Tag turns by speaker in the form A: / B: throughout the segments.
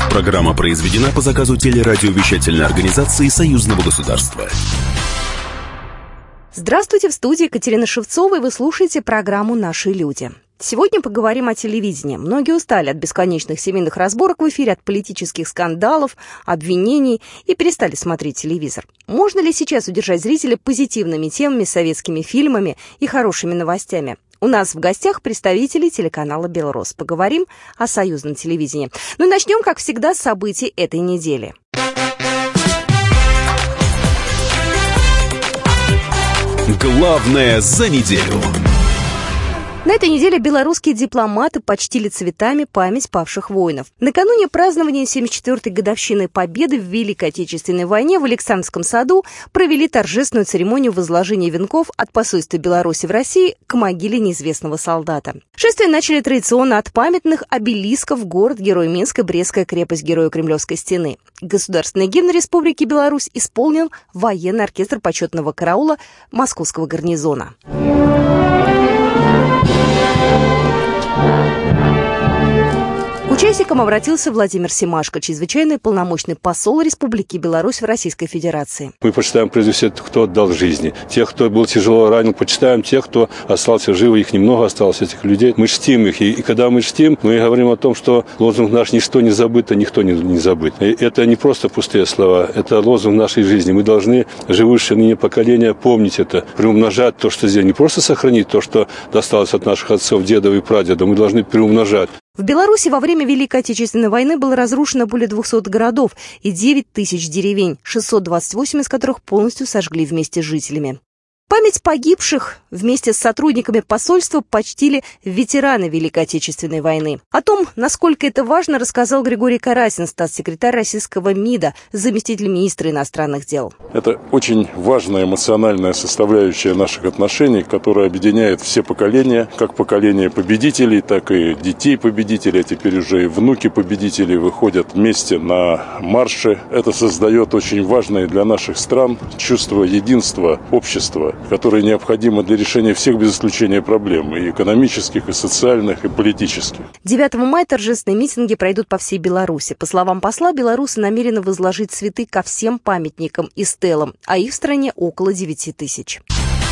A: Программа произведена по заказу телерадиовещательной организации Союзного государства.
B: Здравствуйте, в студии Екатерина Шевцова, и вы слушаете программу «Наши люди». Сегодня поговорим о телевидении. Многие устали от бесконечных семейных разборок в эфире, от политических скандалов, обвинений и перестали смотреть телевизор. Можно ли сейчас удержать зрителя позитивными темами, советскими фильмами и хорошими новостями? У нас в гостях представители телеканала «Белрос». Поговорим о союзном телевидении. Ну и начнем, как всегда, с событий этой недели.
A: Главное за неделю.
B: На этой неделе белорусские дипломаты почтили цветами память павших воинов. Накануне празднования 74-й годовщины Победы в Великой Отечественной войне в Александровском саду провели торжественную церемонию возложения венков от посольства Беларуси в России к могиле неизвестного солдата. Шествие начали традиционно от памятных обелисков город-герой Минска, Брестская крепость, герою Кремлевской стены. Государственный гимн Республики Беларусь исполнил военный оркестр почетного караула Московского гарнизона. К участникам обратился Владимир Семашко, чрезвычайный полномочный посол Республики Беларусь в Российской Федерации.
C: Мы почитаем прежде всего тех, кто отдал жизни, тех, кто был тяжело ранен, почитаем тех, кто остался жив, их немного осталось, этих людей. Мы чтим их, и когда мы чтим, мы говорим о том, что лозунг наш «Ничто не забыто, никто не забыт». И это не просто пустые слова, это лозунг нашей жизни. Мы должны, живущие ныне поколения, помнить это, приумножать то, что здесь, не просто сохранить то, что досталось от наших отцов, дедов и прадедов, мы должны приумножать.
B: В Беларуси во время Великой Отечественной войны было разрушено более 200 городов и 9 тысяч деревень, 628 из которых полностью сожгли вместе с жителями. Память погибших вместе с сотрудниками посольства почтили ветераны Великой Отечественной войны. О том, насколько это важно, рассказал Григорий Карасин, статс-секретарь российского МИДа, заместитель министра иностранных дел.
D: Это очень важная эмоциональная составляющая наших отношений, которая объединяет все поколения, как поколение победителей, так и детей победителей, а теперь уже и внуки победителей выходят вместе на марши. Это создает очень важное для наших стран чувство единства общества, которые необходимы для решения всех без исключения проблем, и экономических, и социальных, и политических.
B: 9 мая торжественные митинги пройдут по всей Беларуси. По словам посла, белорусы намерены возложить цветы ко всем памятникам и стелам, а их в стране около 9 тысяч.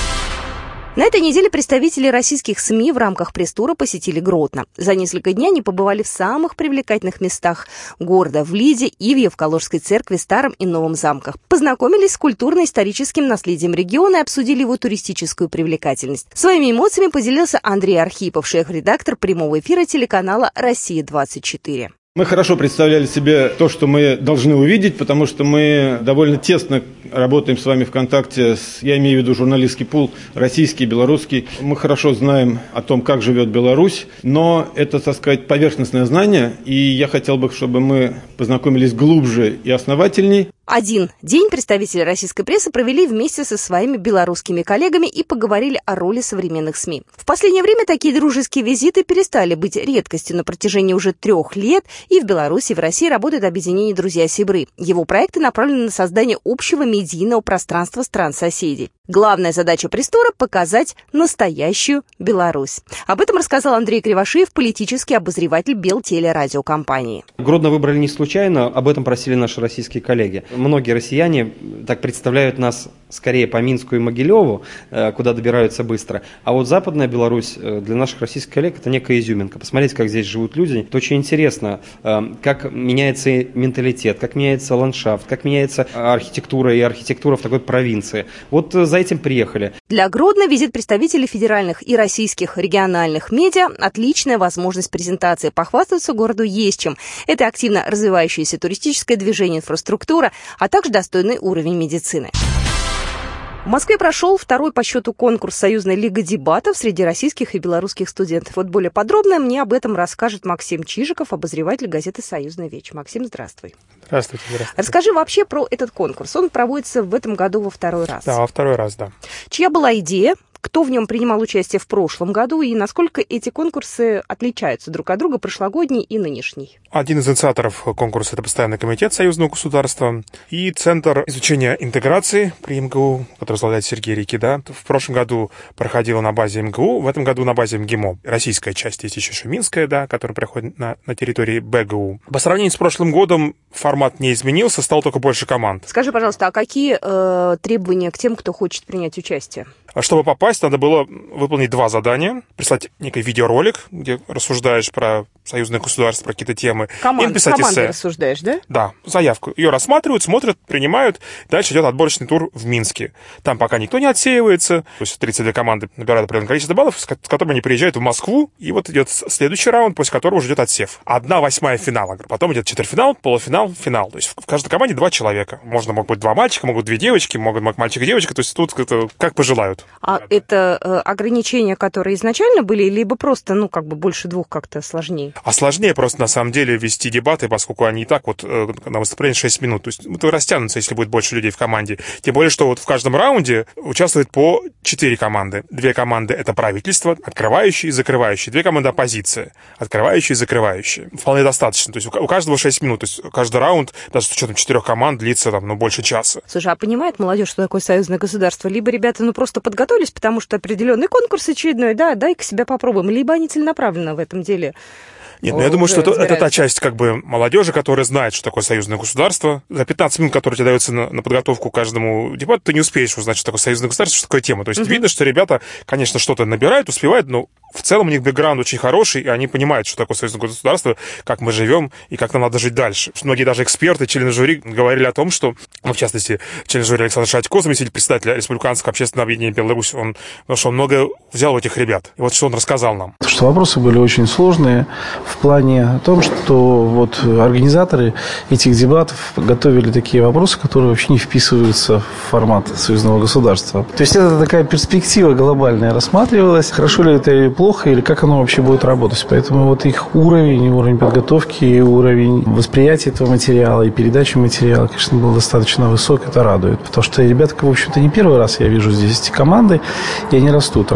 B: На этой неделе представители российских СМИ в рамках пресс-тура посетили Гродно. За несколько дней они побывали в самых привлекательных местах города: в Лиде, Иве, в Калужской церкви, Старом и Новом замках. Познакомились с культурно-историческим наследием региона и обсудили его туристическую привлекательность. Своими эмоциями поделился Андрей Архипов, шеф-редактор прямого эфира телеканала «Россия-24».
E: Мы хорошо представляли себе то, что мы должны увидеть, потому что мы довольно тесно работаем с вами в контакте, я имею в виду журналистский пул, российский, белорусский. Мы хорошо знаем о том, как живет Беларусь, но это, так сказать, поверхностное знание, и я хотел бы, чтобы мы познакомились глубже и основательней.
B: Один день представители российской прессы провели вместе со своими белорусскими коллегами и поговорили о роли современных СМИ. В последнее время такие дружеские визиты перестали быть редкостью. На протяжении уже 3 лет и в Беларуси, и в России работает объединение «Друзья-сябры». Его проекты направлены на создание общего медийного пространства стран-соседей. Главная задача пресс-тура – показать настоящую Беларусь. Об этом рассказал Андрей Кривошеев, политический обозреватель Белтелерадиокомпании.
F: Гродно выбрали не случайно, об этом просили наши российские коллеги. Многие россияне так представляют нас скорее по Минску и Могилеву, куда добираются быстро. А вот Западная Беларусь для наших российских коллег – это некая изюминка. Посмотреть, как здесь живут люди. Это очень интересно, как меняется менталитет, как меняется ландшафт, как меняется архитектура и архитектура в такой провинции. Вот за этим приехали.
B: Для Гродно визит представителей федеральных и российских региональных медиа – отличная возможность презентации. Похвастаться городу есть чем. Это активно развивающееся туристическое движение, инфраструктура, а также достойный уровень медицины. В Москве прошел 2-й по счету конкурс «Союзная лига дебатов» среди российских и белорусских студентов. Вот более подробно мне об этом расскажет Максим Чижиков, обозреватель газеты «Союзная вечь». Максим, здравствуй.
G: Здравствуйте.
B: Расскажи вообще про этот конкурс. Он проводится в этом году во 2-й раз.
G: Да, во 2-й раз, да.
B: Чья была идея? кто в нем принимал участие в прошлом году и насколько эти конкурсы отличаются друг от друга, прошлогодний и нынешний?
G: Один из инициаторов конкурса – это Постоянный комитет Союзного государства и Центр изучения интеграции при МГУ, который возглавляет Сергей Рикида. В прошлом году проходила на базе МГУ, в этом году на базе МГИМО. Российская часть есть еще минская, да, которая проходит на территории БГУ. По сравнению с прошлым годом формат не изменился, стало только больше команд.
B: Скажи, пожалуйста, а какие требования к тем, кто хочет принять участие?
G: Чтобы попасть, надо было выполнить 2 задания. Прислать некий видеоролик, где рассуждаешь про союзное государство, про какие-то темы. И написать эссе.
B: Рассуждаешь, да?
G: Да, заявку. Ее рассматривают, смотрят, принимают. Дальше идет отборочный тур в Минске. Там пока никто не отсеивается. То есть 32 команды набирают определенное количество баллов, с которыми они приезжают в Москву. И вот идет следующий раунд, после которого уже идет отсев. 1/8 финала. Потом идет четвертьфинал, полуфинал, финал. То есть в каждой команде 2 человека. Могут быть 2 мальчика, могут 2 девочки, могут быть мальчик и девочка. То есть тут это как пожелают.
B: А это ограничения, которые изначально были, либо просто, больше 2 как-то сложнее?
G: А сложнее просто, на самом деле, вести дебаты, поскольку они и так на выступлении 6 минут. То есть это растянутся, если будет больше людей в команде. Тем более, что в каждом раунде участвует по 4 команды. 2 команды — это правительство, открывающие и закрывающие. 2 команды — оппозиция, открывающие и закрывающие. Вполне достаточно. То есть у каждого 6 минут. То есть каждый раунд, даже с учетом 4 команд, длится больше часа.
B: Слушай, а понимает молодежь, что такое союзное государство? Либо ребята просто подготовились, потому что определенный конкурс очередной, да, дай-ка себя попробуем. Либо они целенаправленно в этом деле.
G: Нет, я думаю, что это та часть молодежи, которая знает, что такое союзное государство. За 15 минут, которые тебе даются на подготовку к каждому дебату, ты не успеешь узнать, что такое союзное государство, что такое тема. То есть видно, что ребята, конечно, что-то набирают, успевают, но в целом у них бэкграунд очень хороший, и они понимают, что такое союзное государство, как мы живем и как нам надо жить дальше. Многие даже эксперты, члены жюри говорили о том, что, в частности, член жюри Александр Шатько, заместитель председателя Республиканского общественного объединения «Беларусь», он много взял у этих ребят. И вот что он рассказал нам.
H: Что вопросы были очень сложные в плане том, что организаторы этих дебатов готовили такие вопросы, которые вообще не вписываются в формат союзного государства. То есть это такая перспектива глобальная рассматривалась. Хорошо ли это или плохо, или как оно вообще будет работать. Поэтому их уровень подготовки, и уровень восприятия этого материала и передачи материала, конечно, был достаточно высок. Это радует. Потому что ребята, в общем-то, не первый раз я вижу здесь эти команды, и они растут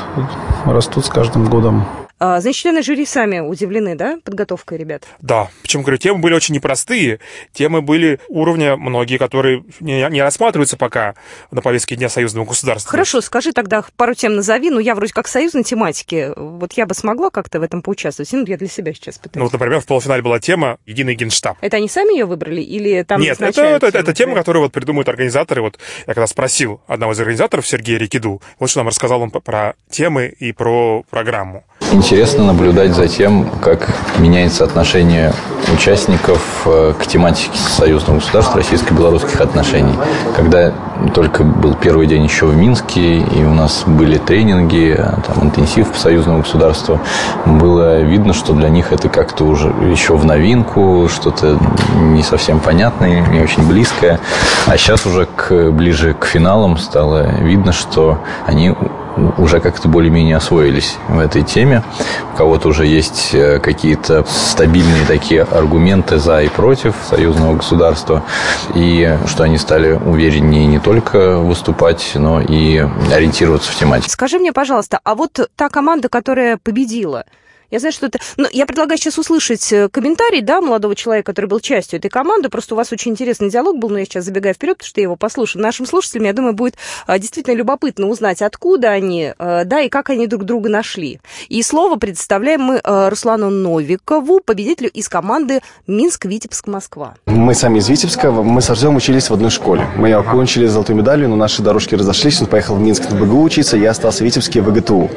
H: с каждым годом.
B: Значит, члены жюри сами удивлены, да, подготовкой ребят?
G: Да, причем, говорю, темы были очень непростые. Темы были уровня многие, которые не рассматриваются пока на повестке Дня союзного государства.
B: Хорошо, скажи тогда пару тем назови. Я вроде как союзной тематики. Я бы смогла как-то в этом поучаствовать. Я для себя сейчас пытаюсь.
G: Например, в полуфинале была тема «Единый генштаб».
B: Это они сами ее выбрали или там
G: Нет, это тема, которую придумывают организаторы. Я когда спросил одного из организаторов, Сергея Рикиду, что нам рассказал он про темы и про программу.
I: Интересно наблюдать за тем, как меняется отношение участников к тематике союзного государства, российско-белорусских отношений. Когда только был первый день еще в Минске, и у нас были тренинги, интенсив союзного государства, было видно, что для них это как-то уже еще в новинку, что-то не совсем понятное, не очень близкое. А сейчас уже ближе к финалам стало видно, что они уже как-то более-менее освоились в этой теме. У кого-то уже есть какие-то стабильные такие аргументы за и против союзного государства, и что они стали увереннее не только выступать, но и ориентироваться в тематике.
B: Скажи мне, пожалуйста, а та команда, которая победила, я знаю, что это... я предлагаю сейчас услышать комментарий, молодого человека, который был частью этой команды. Просто у вас очень интересный диалог был, но я сейчас забегаю вперед, потому что я его послушаю. Нашим слушателям, я думаю, будет действительно любопытно узнать, откуда они, и как они друг друга нашли. И слово предоставляем мы Руслану Новикову, победителю из команды Минск-Витебск-Москва.
J: Мы сами из Витебска, мы с Артемом учились в одной школе. Мы ее окончили золотой медалью, но наши дорожки разошлись. Он поехал в Минск на БГУ учиться, я остался в Витебске в ВГТУ.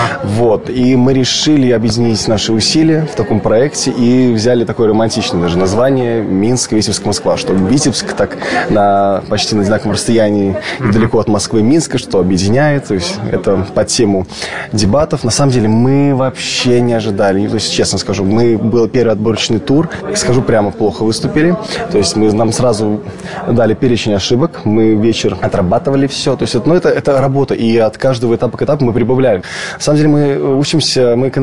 J: И мы решили объединить наши усилия в таком проекте и взяли такое романтичное даже название Минск, Витебск, Москва, что Витебск так почти на одинаковом расстоянии недалеко от Москвы и Минска, что объединяет, то есть это под тему дебатов. На самом деле мы вообще не ожидали, то есть честно скажу, был первый отборочный тур, скажу прямо, плохо выступили, то есть нам сразу дали перечень ошибок, мы вечер отрабатывали все, то есть это работа, и от каждого этапа к этапу мы прибавляем. На самом деле мы учимся, мы экономисты,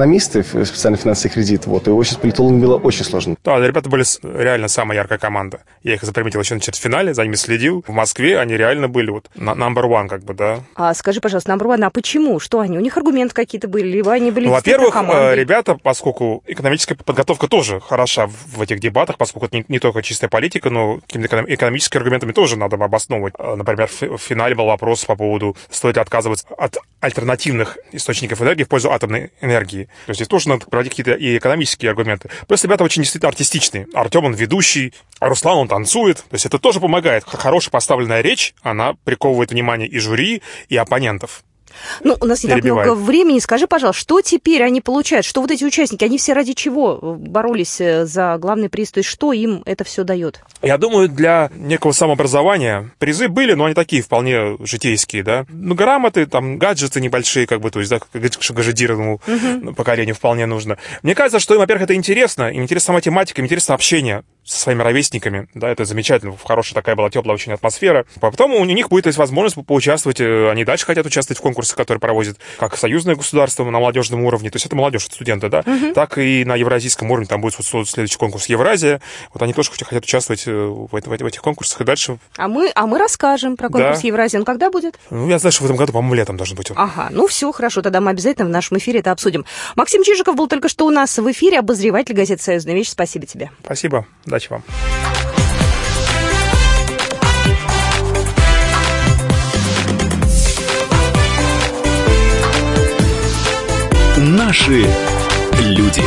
J: специальный финансовый кредит. Вот. И очень с политологами было очень сложно.
G: Да, ребята были реально самая яркая команда. Я их заприметил еще на четвертьфинале, за ними следил. В Москве они реально были вот number one, как бы, да.
B: А скажи, пожалуйста, number one, а почему? Что они? У них аргументы какие-то были? Либо они были
G: во-первых,
B: командой?
G: ребята, поскольку экономическая подготовка тоже хороша в этих дебатах, поскольку это не только чистая политика, но какими-то экономическими аргументами тоже надо обосновывать. Например, в финале был вопрос по поводу, стоит ли отказываться от альтернативных источников энергии в пользу атомной энергии. То есть здесь тоже надо проводить какие-то и экономические аргументы. Плюс ребята очень действительно артистичные. Артем, он ведущий, Руслан, он танцует. То есть это тоже помогает. Хорошая поставленная речь, она приковывает внимание и жюри, и оппонентов.
B: Ну, у нас не так много времени. Скажи, пожалуйста, что теперь они получают? Что вот эти участники, они все ради чего боролись за главный приз? То есть что им это все дает?
G: Я думаю, для некого самообразования призы были, но они такие вполне житейские, да. Ну, грамоты, там, гаджеты небольшие, как бы, то есть, да, гаджетированному поколению вполне нужно. Мне кажется, что им, во-первых, это интересно, им интересна сама тематика, им интересно общение со своими ровесниками, да, это замечательно, хорошая такая была теплая очень атмосфера. Потом у них будет возможность поучаствовать, они дальше хотят участвовать в конкурсах, которые проводят как союзное государство на молодежном уровне, то есть это молодежь, студенты, да, так и на евразийском уровне, там будет следующий конкурс Евразия, вот они тоже хотят участвовать в этих конкурсах и дальше. А
B: мы расскажем про конкурс Евразия, он когда будет?
G: Ну, я знаю, что в этом году, по-моему, летом должен быть он.
B: Ага, ну все, хорошо, тогда мы обязательно в нашем эфире это обсудим. Максим Чижиков был только что у нас в эфире, обозреватель газеты «Союзная вещь». Спасибо тебе.
G: Спасибо, удачи вам.
A: Наши люди.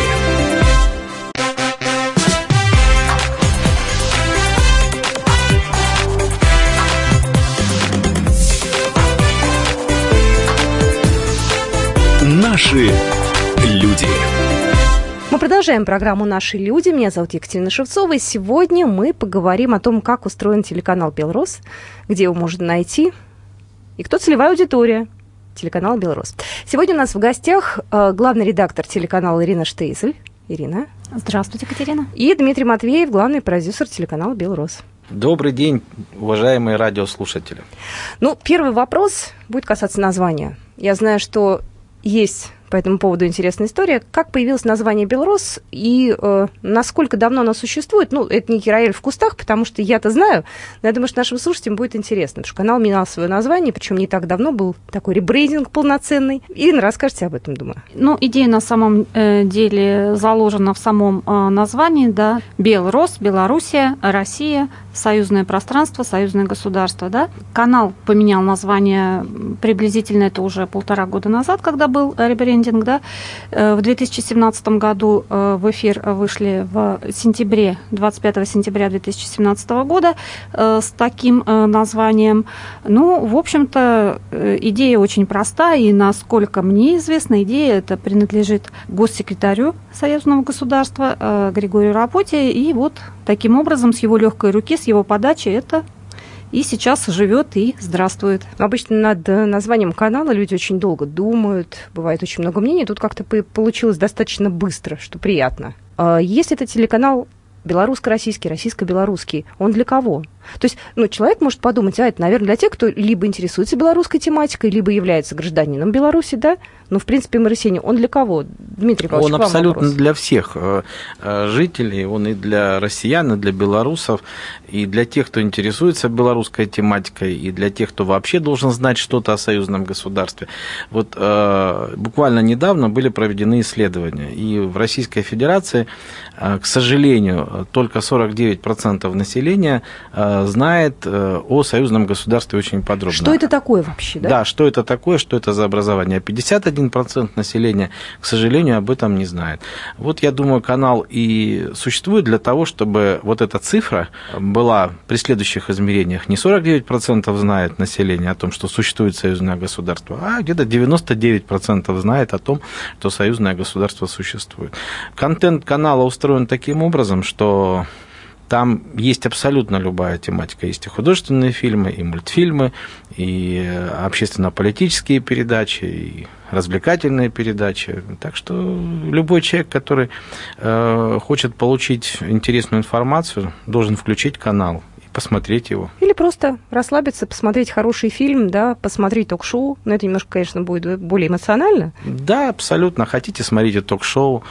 A: Наши люди.
B: Мы продолжаем программу «Наши люди». Меня зовут Екатерина Шевцова. И сегодня мы поговорим о том, как устроен телеканал «Белрос», где его можно найти и кто целевая аудитория телеканала «Белрос». Сегодня у нас в гостях главный редактор телеканала Ирина Штейзель. Ирина.
K: Здравствуйте, Екатерина.
B: И Дмитрий Матвеев, главный продюсер телеканала «Белрос».
L: Добрый день, уважаемые радиослушатели.
B: Ну, первый вопрос будет касаться названия. Я знаю, что есть по этому поводу интересная история. Как появилось название «Белрос» и насколько давно оно существует? Ну, это не рояль в кустах, потому что я-то знаю, но я думаю, что нашим слушателям будет интересно, потому что канал менял свое название, причем не так давно был такой ребрейдинг полноценный. Ирина, расскажите об этом, думаю.
K: Ну, идея на самом деле заложена в самом названии, да. «Белрос», «Белоруссия», «Россия», «Союзное пространство», «Союзное государство», да. Канал поменял название приблизительно, это уже 1,5 года назад, когда был ребрейдинг, да. В 2017 году в эфир вышли в сентябре, 25 сентября 2017 года с таким названием. Ну, в общем-то, идея очень проста, и, насколько мне известно, идея эта принадлежит госсекретарю Союзного государства Григорию Рапоте, и вот таким образом с его легкой руки, с его подачи это и сейчас живет и здравствует.
B: Обычно над названием канала люди очень долго думают, бывает очень много мнений. Тут как-то получилось достаточно быстро, что приятно. Если это телеканал белорусско-российский, российско-белорусский, он для кого? То есть, человек может подумать, это, наверное, для тех, кто либо интересуется белорусской тематикой, либо является гражданином Беларуси, да? Но, в принципе, мы россияне. Он для кого? Дмитрий Павлович,
L: он абсолютно для всех жителей, он и для россиян, и для белорусов, и для тех, кто интересуется белорусской тематикой, и для тех, кто вообще должен знать что-то о союзном государстве. Вот буквально недавно были проведены исследования, и в Российской Федерации, к сожалению, только 49% населения знает о союзном государстве очень подробно.
B: Что это такое вообще, да?
L: Да, что это такое, что это за образование. 51% населения, к сожалению, об этом не знает. Вот, я думаю, канал и существует для того, чтобы вот эта цифра была при следующих измерениях. Не 49% знает население о том, что существует союзное государство, а где-то 99% знает о том, что союзное государство существует. Контент канала устроен таким образом, что там есть абсолютно любая тематика. Есть и художественные фильмы, и мультфильмы, и общественно-политические передачи, и развлекательные передачи. Так что любой человек, который хочет получить интересную информацию, должен включить канал. посмотреть его.
B: Или просто расслабиться, посмотреть хороший фильм, да, посмотреть ток-шоу. Но это немножко, конечно, будет более эмоционально.
L: Да, абсолютно. Хотите, смотрите ток-шоу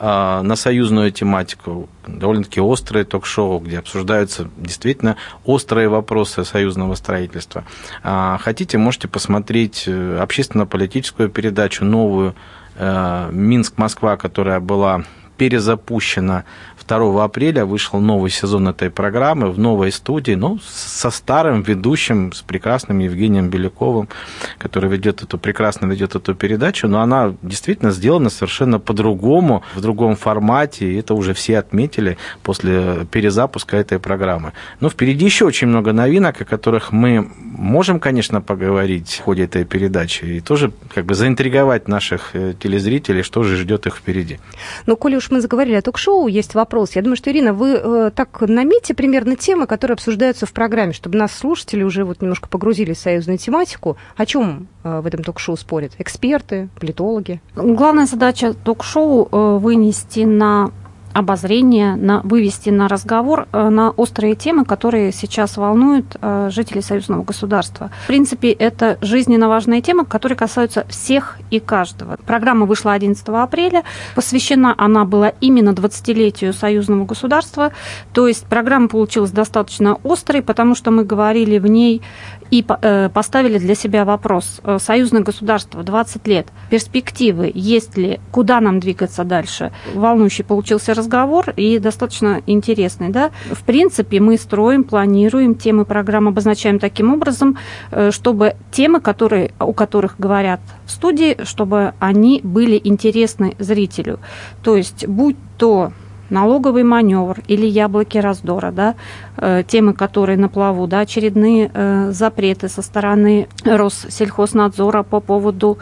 L: на союзную тематику. Довольно-таки острые ток-шоу, где обсуждаются действительно острые вопросы союзного строительства. Хотите, можете посмотреть общественно-политическую передачу новую «Минск-Москва», которая была перезапущена 2 апреля, вышел новый сезон этой программы в новой студии, ну, со старым ведущим, с прекрасным Евгением Беляковым, который прекрасно ведет эту передачу, но она действительно сделана совершенно по-другому, в другом формате, и это уже все отметили после перезапуска этой программы. Но впереди еще очень много новинок, о которых мы можем, конечно, поговорить в ходе этой передачи, и тоже как бы заинтриговать наших телезрителей, что же ждет их впереди.
B: Ну, коли уж мы заговорили о ток-шоу, есть вопрос. Я думаю, что, Ирина, вы так наметьте примерно темы, которые обсуждаются в программе, чтобы нас слушатели уже вот немножко погрузились в союзную тематику. О чем в этом ток-шоу спорят? Эксперты, политологи?
K: Главная задача ток-шоу вынести на обозрение, вывести на разговор на острые темы, которые сейчас волнуют жителей союзного государства. В принципе, это жизненно важные темы, которые касаются всех и каждого. Программа вышла 11 апреля, посвящена она была именно 20-летию союзного государства, то есть программа получилась достаточно острой, потому что мы говорили в ней и поставили для себя вопрос: союзное государство, 20 лет, перспективы, есть ли, куда нам двигаться дальше? Волнующий получился разговор и достаточно интересный. Да? В принципе, мы строим, планируем, темы программы обозначаем таким образом, чтобы темы, о которых говорят в студии, чтобы они были интересны зрителю. То есть, будь то налоговый маневр или яблоки раздора, да, темы, которые на плаву, да, очередные запреты со стороны Россельхознадзора по поводу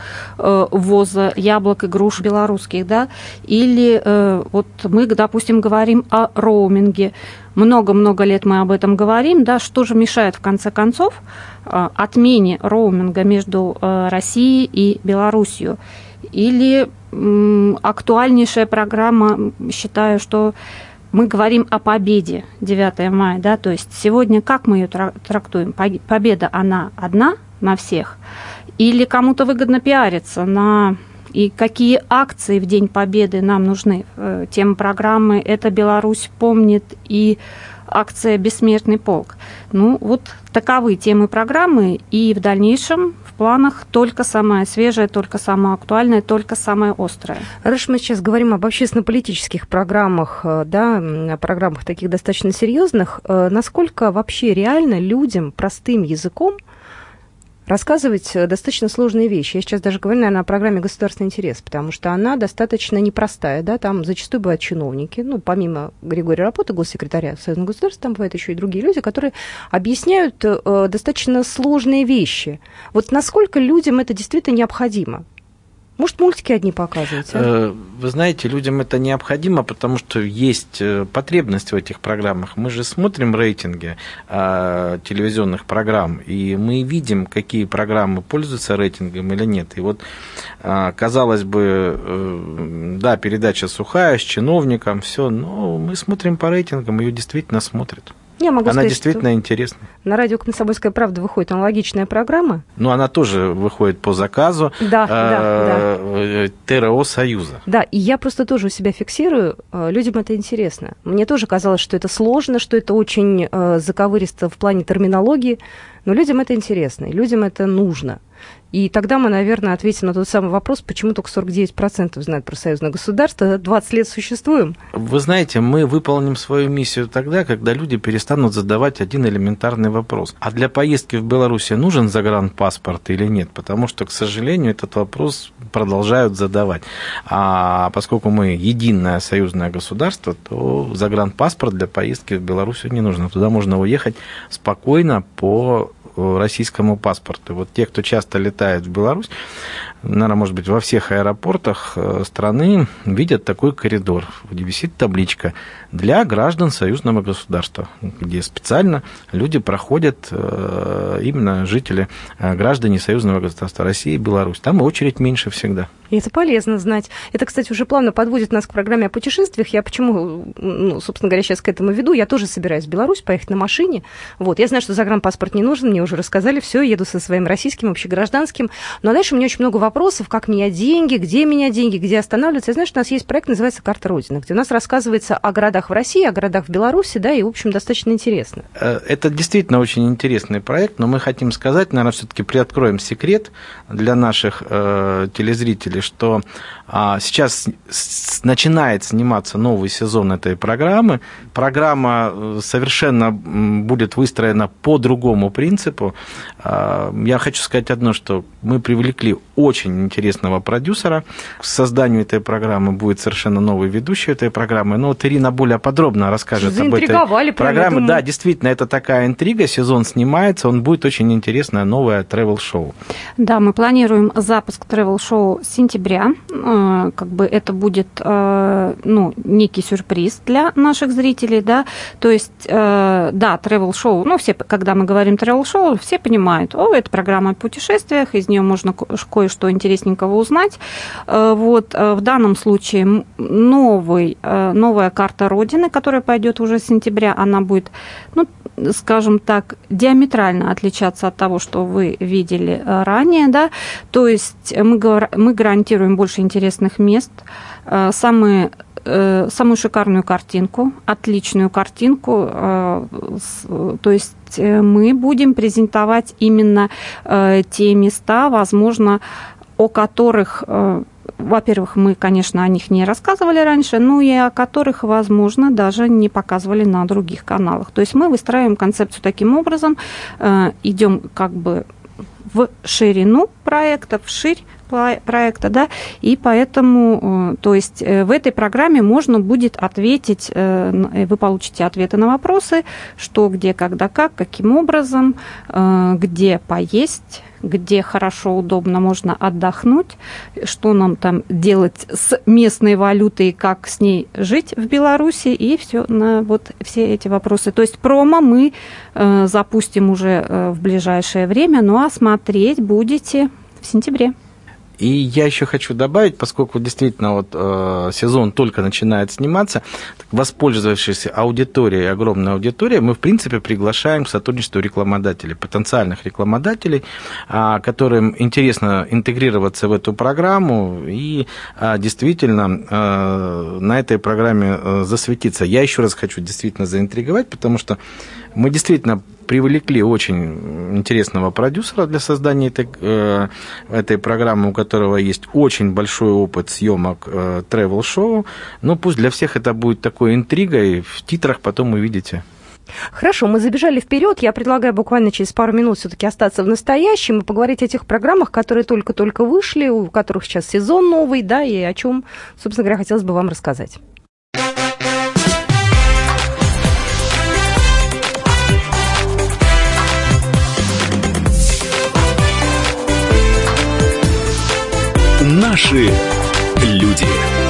K: ввоза яблок и груш белорусских, да, или вот мы, допустим, говорим о роуминге. Много-много лет мы об этом говорим, да, что же мешает в конце концов отмене роуминга между Россией и Белоруссией? Или актуальнейшая программа, считаю, что мы говорим о победе 9 мая, да, то есть сегодня как мы ее трактуем? Победа, она одна на всех? Или кому-то выгодно пиариться и какие акции в День Победы нам нужны? Тема программы «Это Беларусь помнит» и акция «Бессмертный полк». Ну, вот таковы темы программы, и в дальнейшем в планах только самое свежее, только самое актуальное, только самое острое.
B: Раз мы сейчас говорим об общественно-политических программах, да, о программах таких достаточно серьезных, насколько вообще реально людям простым языком рассказывать достаточно сложные вещи? Я сейчас даже говорю, наверное, о программе «Государственный интерес», потому что она достаточно непростая, да, там зачастую бывают чиновники, ну, помимо Григория Рапоты, госсекретаря Союзного государства, там бывают еще и другие люди, которые объясняют достаточно сложные вещи. Вот насколько людям это действительно необходимо? Может, мультики одни показываете?
L: Вы знаете, людям это необходимо, потому что есть потребность в этих программах. Мы же смотрим рейтинги телевизионных программ, и мы видим, какие программы пользуются рейтингом или нет. И вот, казалось бы, да, передача сухая, с чиновником, все, но мы смотрим по рейтингам, ее действительно смотрят. Она действительно интересна.
B: На радио «Комсомольская правда» выходит аналогичная программа.
L: Ну, она тоже выходит по заказу ТРО Союза.
B: Да, и я просто тоже у себя фиксирую, людям это интересно. Мне тоже казалось, что это сложно, что это очень заковыристо в плане терминологии, но людям это интересно, и людям это нужно. И тогда мы, наверное, ответим на тот самый вопрос, почему только 49% знают про союзное государство, 20 лет существуем.
L: Вы знаете, мы выполним свою миссию тогда, когда люди перестанут задавать один элементарный вопрос. А для поездки в Беларусь нужен загранпаспорт или нет? Потому что, к сожалению, этот вопрос продолжают задавать. А поскольку мы единое союзное государство, то загранпаспорт для поездки в Беларусь не нужен. Туда можно уехать спокойно по российскому паспорту. Вот те, кто часто летает в Беларусь, наверное, может быть, во всех аэропортах страны видят такой коридор, где висит табличка для граждан союзного государства, где специально люди проходят, именно жители, граждане союзного государства России и Беларусь. Там очередь меньше всегда.
B: И это полезно знать. Это, кстати, уже плавно подводит нас к программе о путешествиях. Я почему, собственно говоря, сейчас к этому веду? Я тоже собираюсь в Беларусь поехать на машине. Вот. Я знаю, что загранпаспорт не нужен, мне уже рассказали, все, еду со своим российским, общегражданским. Но дальше у меня очень много вопросов, как менять деньги, где останавливаться. Я знаю, что у нас есть проект, называется «Карта Родины», где у нас рассказывается о городах в России, о городах в Беларуси, да, и, в общем, достаточно интересно.
L: Это действительно очень интересный проект, но мы хотим сказать, наверное, все-таки приоткроем секрет для наших телезрителей, что сейчас начинает сниматься новый сезон этой программы. Программа совершенно будет выстроена по другому принципу. Я хочу сказать одно, что мы привлекли очень интересного продюсера. К созданию этой программы будет совершенно новый ведущий этой программы. Но вот Ирина более подробно расскажет об этой программе. Да, действительно, это такая интрига. Сезон снимается, он будет очень интересное новое тревел-шоу.
K: Да, мы планируем запуск тревел-шоу с сентября. Как бы это будет некий сюрприз для наших зрителей, да. То есть, да, тревел-шоу, все, когда мы говорим тревел-шоу, все понимают, это программа о путешествиях, из нее можно кое-что интересненького узнать. Вот, в данном случае новая карта Родины, которая пойдет уже с сентября, она будет, скажем так, диаметрально отличаться от того, что вы видели ранее, да. То есть мы гарантируем больше интересных мест, самую шикарную картинку, отличную картинку. То есть мы будем презентовать именно те места, возможно, о которых, во-первых, мы, конечно, о них не рассказывали раньше, но и о которых, возможно, даже не показывали на других каналах. То есть мы выстраиваем концепцию таким образом, идем как бы в ширину проекта, вширь проекта, да, и поэтому, то есть в этой программе можно будет ответить, вы получите ответы на вопросы, что, где, когда, как, каким образом, где поесть, где хорошо, удобно можно отдохнуть, что нам там делать с местной валютой, как с ней жить в Беларуси, и все эти вопросы. То есть промо мы запустим уже в ближайшее время, а смотреть будете в сентябре.
L: И я еще хочу добавить, поскольку действительно сезон только начинает сниматься, воспользовавшись огромной аудиторией, мы, в принципе, приглашаем к сотрудничеству рекламодателей, потенциальных рекламодателей, которым интересно интегрироваться в эту программу и действительно на этой программе засветиться. Я еще раз хочу действительно заинтриговать, потому что мы действительно привлекли очень интересного продюсера для создания этой программы, у которого есть очень большой опыт съемок тревел-шоу. Но пусть для всех это будет такой интригой, в титрах потом увидите.
B: Хорошо, мы забежали вперед. Я предлагаю буквально через пару минут все-таки остаться в настоящем и поговорить о тех программах, которые только-только вышли, у которых сейчас сезон новый, да, и о чем, собственно говоря, хотелось бы вам рассказать.
A: Наши люди.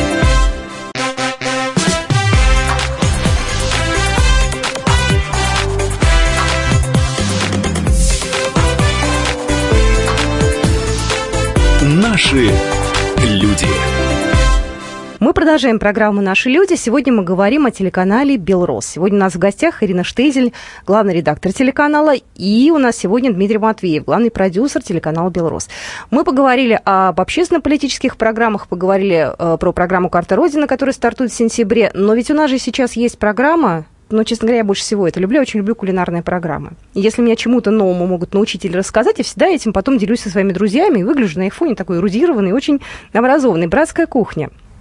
A: Наши люди.
B: Мы продолжаем программу «Наши люди». Сегодня мы говорим о телеканале «Белрос». Сегодня у нас в гостях Ирина Штейзель, главный редактор телеканала, и у нас сегодня Дмитрий Матвеев, главный продюсер телеканала «Белрос». Мы поговорили об общественно-политических программах, поговорили про программу «Карта Родины», которая стартует в сентябре, но ведь у нас же сейчас есть программа, честно говоря, я больше всего это люблю, очень люблю кулинарные программы. И если меня чему-то новому могут научить или рассказать, я всегда этим потом делюсь со своими друзьями и выгляжу на их фоне такой эрудированный, очень образованный. «Братская кухня».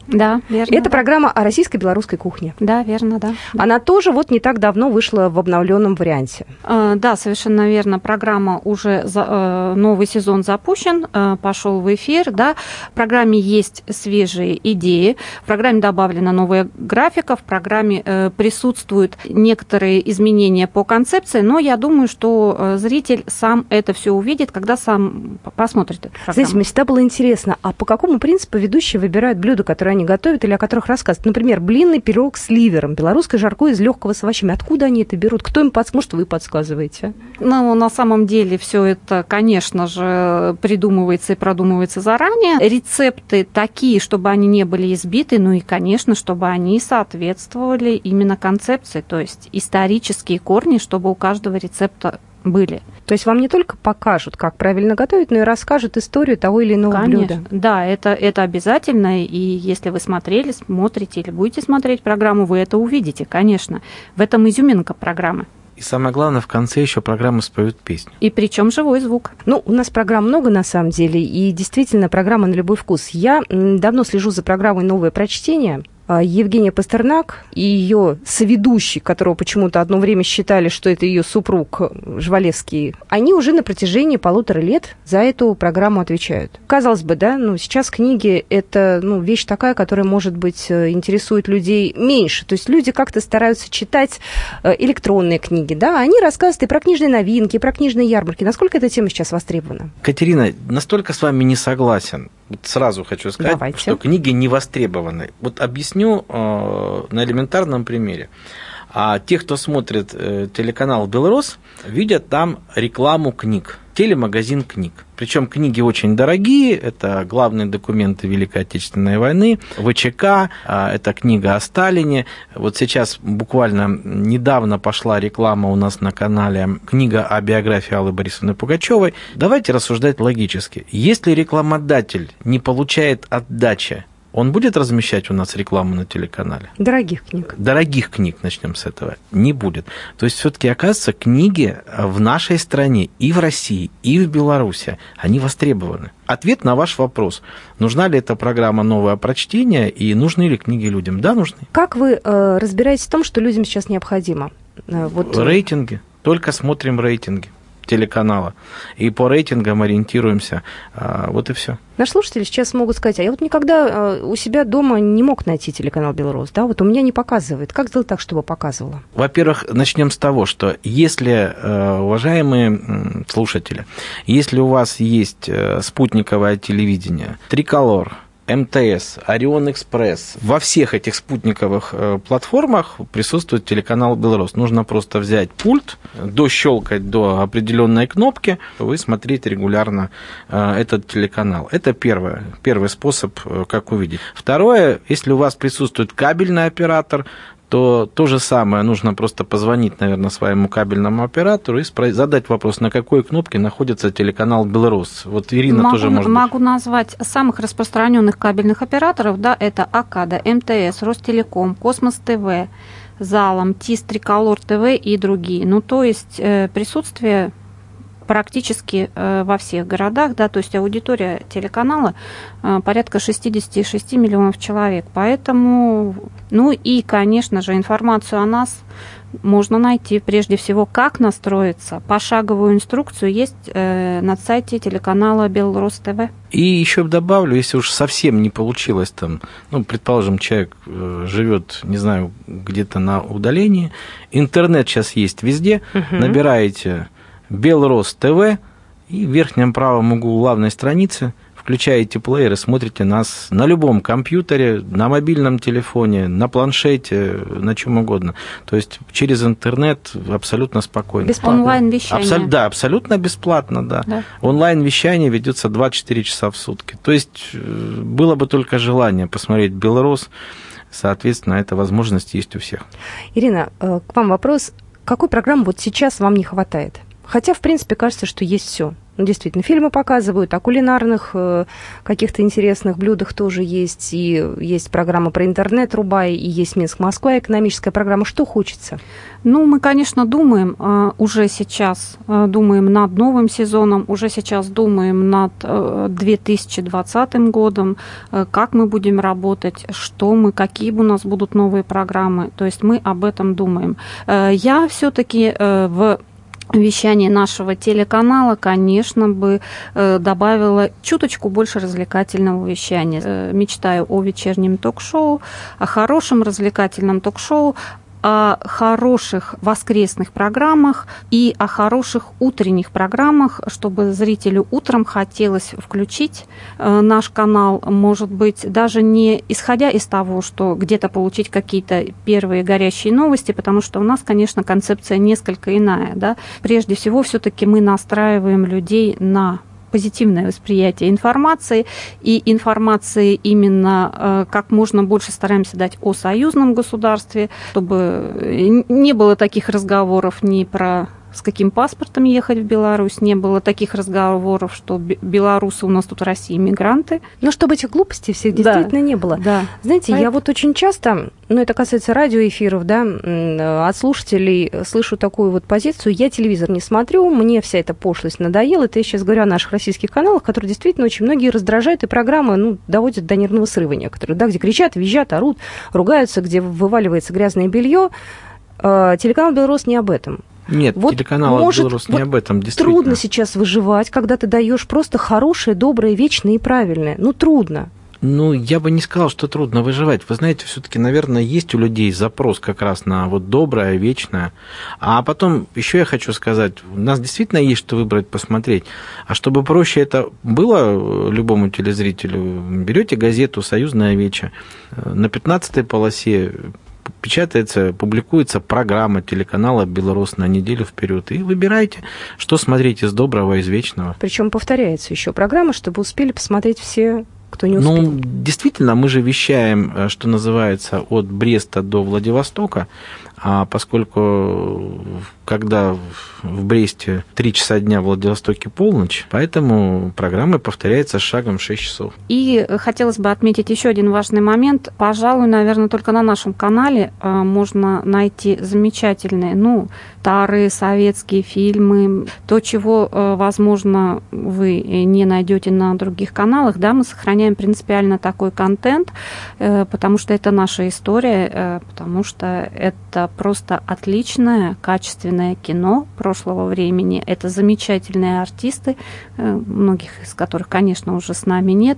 K: Да, верно.
B: Это программа о российской белорусской кухне.
K: Да, верно, да.
B: Она тоже вот не так давно вышла в обновленном варианте.
K: Да, совершенно верно. Программа уже, новый сезон запущен, пошел в эфир. Да. В программе есть свежие идеи, в программе добавлена новая графика, в программе присутствуют некоторые изменения по концепции, но я думаю, что зритель сам это все увидит, когда сам посмотрит эту программу.
B: Знаете, мне всегда было интересно, а по какому принципу ведущие выбирают блюда, которые они готовят или о которых рассказывают? Например, блинный пирог с ливером, белорусское жаркое из легкого с овощами. Откуда они это берут? Кто им подскажет? Может, вы подсказываете?
K: Ну, на самом деле все это, конечно же, придумывается и продумывается заранее. Рецепты такие, чтобы они не были избиты, ну и, конечно, чтобы они соответствовали именно концепции, то есть исторические корни, чтобы у каждого рецепта были.
B: То есть вам не только покажут, как правильно готовить, но и расскажут историю того или иного блюда.
K: Да, это обязательно, и если вы смотрите или будете смотреть программу, вы это увидите, конечно. В этом изюминка программы.
L: И самое главное, в конце еще программы споют песню.
K: И причем живой звук.
B: Ну, у нас программ много, на самом деле, и действительно программа на любой вкус. Я давно слежу за программой «Новое прочтение». Евгения Пастернак и ее соведущий, которого почему-то одно время считали, что это ее супруг Жвалевский, они уже на протяжении 1,5 лет за эту программу отвечают. Казалось бы, да, сейчас книги – это вещь такая, которая, может быть, интересует людей меньше. То есть люди как-то стараются читать электронные книги, да, они рассказывают и про книжные новинки, и про книжные ярмарки. Насколько эта тема сейчас востребована?
L: Катерина, настолько с вами не согласен. Вот сразу хочу сказать, что книги не востребованы. Вот объясню на элементарном примере. Те, кто смотрит телеканал «Белрос», видят там рекламу книг, телемагазин книг. Причем книги очень дорогие, это главные документы Великой Отечественной войны, ВЧК, это книга о Сталине. Вот сейчас буквально недавно пошла реклама у нас на канале, книга о биографии Аллы Борисовны Пугачевой. Давайте рассуждать логически. Если рекламодатель не получает отдачи, он будет размещать у нас рекламу на телеканале?
B: Дорогих книг.
L: Дорогих книг, начнем с этого. Не будет. То есть, все-таки, оказывается, книги в нашей стране, и в России, и в Беларуси, они востребованы. Ответ на ваш вопрос. Нужна ли эта программа «Новое прочтение» и нужны ли книги людям? Да, нужны.
B: Как вы разбираетесь в том, что людям сейчас необходимо?
L: Рейтинги. Только смотрим рейтинги телеканала. И по рейтингам ориентируемся. Вот и все.
B: Наши слушатели сейчас могут сказать, а я вот никогда у себя дома не мог найти телеканал «Белрос», да, вот у меня не показывает. Как сделать так, чтобы показывало?
L: Во-первых, начнем с того, что если, уважаемые слушатели, если у вас есть спутниковое телевидение, Триколор, МТС, Орион Экспресс. Во всех этих спутниковых платформах присутствует телеканал «Белрос». Нужно просто взять пульт, дощелкать до определенной кнопки, вы смотрите регулярно этот телеканал. Это первый способ, как увидеть. Второе, если у вас присутствует кабельный оператор, то же самое, нужно просто позвонить, наверное, своему кабельному оператору и задать вопрос, на какой кнопке находится телеканал «Белрос». Вот Ирина тоже может быть.
K: Могу назвать самых распространенных кабельных операторов, да, это АКАДа, МТС, Ростелеком, Космос ТВ, Залом, ТИС, Триколор ТВ и другие. То есть присутствие практически во всех городах, да, то есть аудитория телеканала порядка 66 миллионов человек. Поэтому, и, конечно же, информацию о нас можно найти прежде всего, как настроиться. Пошаговую инструкцию есть на сайте телеканала «Белрос ТВ».
L: И еще добавлю, если уж совсем не получилось там, предположим, человек живет, не знаю, где-то на удалении, интернет сейчас есть везде, набираете «Белрос ТВ», и в верхнем правом углу главной страницы включаете плеер и смотрите нас на любом компьютере, на мобильном телефоне, на планшете, на чем угодно. То есть через интернет абсолютно спокойно.
K: Бесплатно. Онлайн-вещание.
L: Да, абсолютно бесплатно, да. Онлайн-вещание ведется 24 часа в сутки. То есть было бы только желание посмотреть «Белрос», соответственно, эта возможность есть у всех.
B: Ирина, к вам вопрос. Какой программы вот сейчас вам не хватает? Хотя, в принципе, кажется, что есть все. Действительно, фильмы показывают, о кулинарных каких-то интересных блюдах тоже есть. И есть программа про интернет «Рубай», и есть «Минск-Москва», экономическая программа. Что хочется?
K: Мы, конечно, думаем уже сейчас, думаем над новым сезоном, уже сейчас думаем над 2020 годом, как мы будем работать, какие у нас будут новые программы. То есть мы об этом думаем. Я все-таки в вещание нашего телеканала, конечно, бы добавила чуточку больше развлекательного вещания. Мечтаю о вечернем ток-шоу, о хорошем развлекательном ток-шоу, о хороших воскресных программах и о хороших утренних программах, чтобы зрителю утром хотелось включить наш канал, может быть, даже не исходя из того, что где-то получить какие-то первые горящие новости, потому что у нас, конечно, концепция несколько иная. Да? Прежде всего, все-таки мы настраиваем людей на позитивное восприятие информации, и информации именно как можно больше стараемся дать о союзном государстве, чтобы не было таких разговоров ни про с каким паспортом ехать в Беларусь, не было таких разговоров, что белорусы у нас тут в России мигранты.
B: Но чтобы этих глупостей всех действительно не было.
K: Да.
B: Знаете, я вот очень часто, это касается радиоэфиров, да, от слушателей слышу такую вот позицию: я телевизор не смотрю, мне вся эта пошлость надоела. Это я сейчас говорю о наших российских каналах, которые действительно очень многие раздражают, и программы, доводят до нервного срыва некоторые, да, где кричат, визжат, орут, ругаются, где вываливается грязное белье. Телеканал «Белрос» не об этом.
L: Нет, телеканал «Белрос» не об этом, действительно.
B: Трудно сейчас выживать, когда ты даешь просто хорошее, доброе, вечное и правильное. Трудно.
L: Я бы не сказал, что трудно выживать. Вы знаете, все-таки, наверное, есть у людей запрос как раз на вот доброе, вечное. А потом еще я хочу сказать, у нас действительно есть что выбрать, посмотреть. А чтобы проще это было любому телезрителю, берете газету «Союзная веча», на 15-й полосе печатается, публикуется программа телеканала «Белрос» на неделю вперед. И выбирайте, что смотреть из доброго, из вечного.
B: Причем повторяется еще программа, чтобы успели посмотреть все, кто не успел.
L: Действительно, мы же вещаем, что называется, от Бреста до Владивостока. А поскольку когда в Бресте 3 часа дня, в Владивостоке полночь, поэтому программа повторяется с шагом 6 часов.
K: И хотелось бы отметить еще один важный момент. Пожалуй, наверное, только на нашем канале можно найти замечательные, старые советские фильмы, то, чего, возможно, вы не найдете на других каналах. Да, мы сохраняем принципиально такой контент, потому что это наша история, потому что это просто отличное, качественное кино прошлого времени. Это замечательные артисты, многих из которых, конечно, уже с нами нет,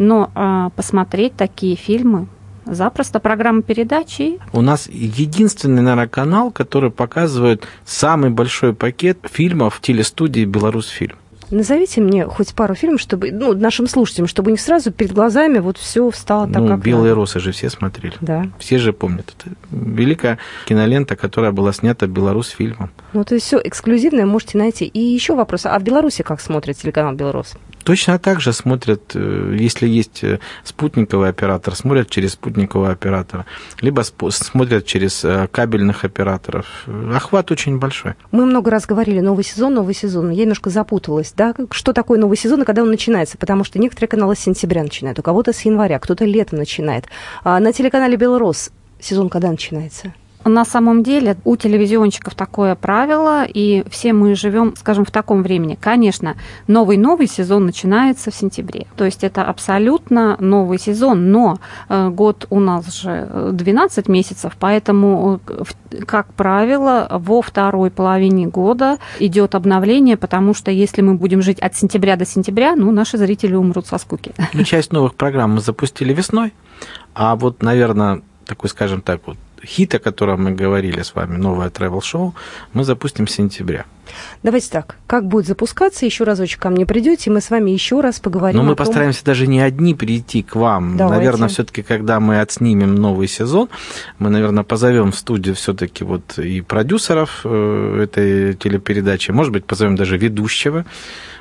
K: но посмотреть такие фильмы запросто. Программа передачи.
L: У нас единственный, наверное, канал, который показывает самый большой пакет фильмов в телестудии «Беларусьфильм».
B: Назовите мне хоть пару фильмов, чтобы, нашим слушателям, чтобы у них сразу перед глазами вот все встало так, как
L: «Белые росы» же все смотрели.
B: Да.
L: Все же помнят. Это великая кинолента, которая была снята «Беларусьфильмом».
B: То есть все эксклюзивное можете найти. И еще вопрос. А в Беларуси как смотрит телеканал «Белрос»?
L: Точно так же смотрят, если есть спутниковый оператор, смотрят через спутникового оператора, либо смотрят через кабельных операторов. Охват очень большой.
B: Мы много раз говорили новый сезон. Я немножко запуталась. Да? Что такое новый сезон и когда он начинается? Потому что некоторые каналы с сентября начинают, у кого-то с января, кто-то летом начинает. А на телеканале «Белрос» сезон когда начинается?
K: На самом деле у телевизионщиков такое правило, и все мы живем, скажем, в таком времени. Конечно, новый сезон начинается в сентябре. То есть это абсолютно новый сезон, но год у нас же 12 месяцев, поэтому, как правило, во второй половине года идет обновление, потому что если мы будем жить от сентября до сентября, наши зрители умрут со скуки.
L: Часть новых программ мы запустили весной, а вот, наверное, такой, скажем так, хит, о котором мы говорили с вами, новое travel-шоу, мы запустим в сентябре.
B: Давайте так, как будет запускаться, еще разочек ко мне придете, и мы с вами еще раз поговорим.
L: Но мы постараемся даже не одни прийти к вам.
B: Давайте.
L: Наверное, все-таки, когда мы отснимем новый сезон, мы, наверное, позовем в студию все-таки и продюсеров этой телепередачи, может быть, позовем даже ведущего.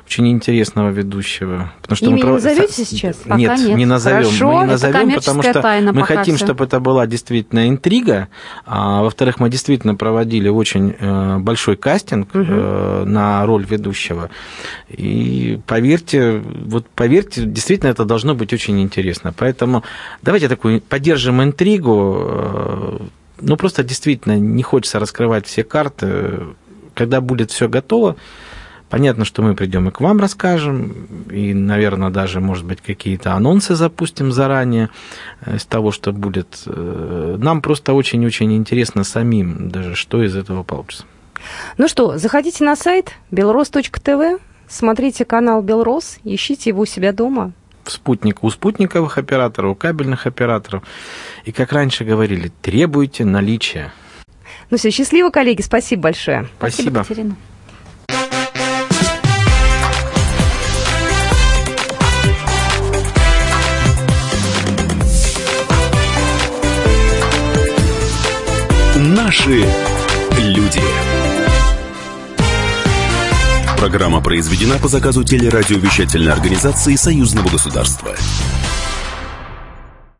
L: очень интересного ведущего. Потому что
K: Имя не назовете сейчас? Пока
L: нет, не назовем.
K: Хорошо,
L: мы не назовем, потому что мы хотим,
K: все.
L: чтобы это была действительно интрига. А во-вторых, мы действительно проводили очень большой кастинг на роль ведущего. И поверьте, действительно это должно быть очень интересно. Поэтому давайте такую поддержим интригу. Ну, просто действительно не хочется раскрывать все карты. Когда будет все готово, понятно, что мы придем и к вам расскажем, и, наверное, даже, может быть, какие-то анонсы запустим заранее из того, что будет. Нам просто очень-очень интересно самим даже, что из этого получится.
B: Ну что, заходите на сайт belros.tv, смотрите канал Белрос, ищите его у себя дома.
L: У спутниковых операторов, у кабельных операторов. И, как раньше говорили, требуйте наличия.
B: Ну все, счастливо, коллеги, спасибо большое.
L: Спасибо.
K: Екатерина.
A: Наши люди. Программа произведена по заказу телерадиовещательной организации Союзного государства.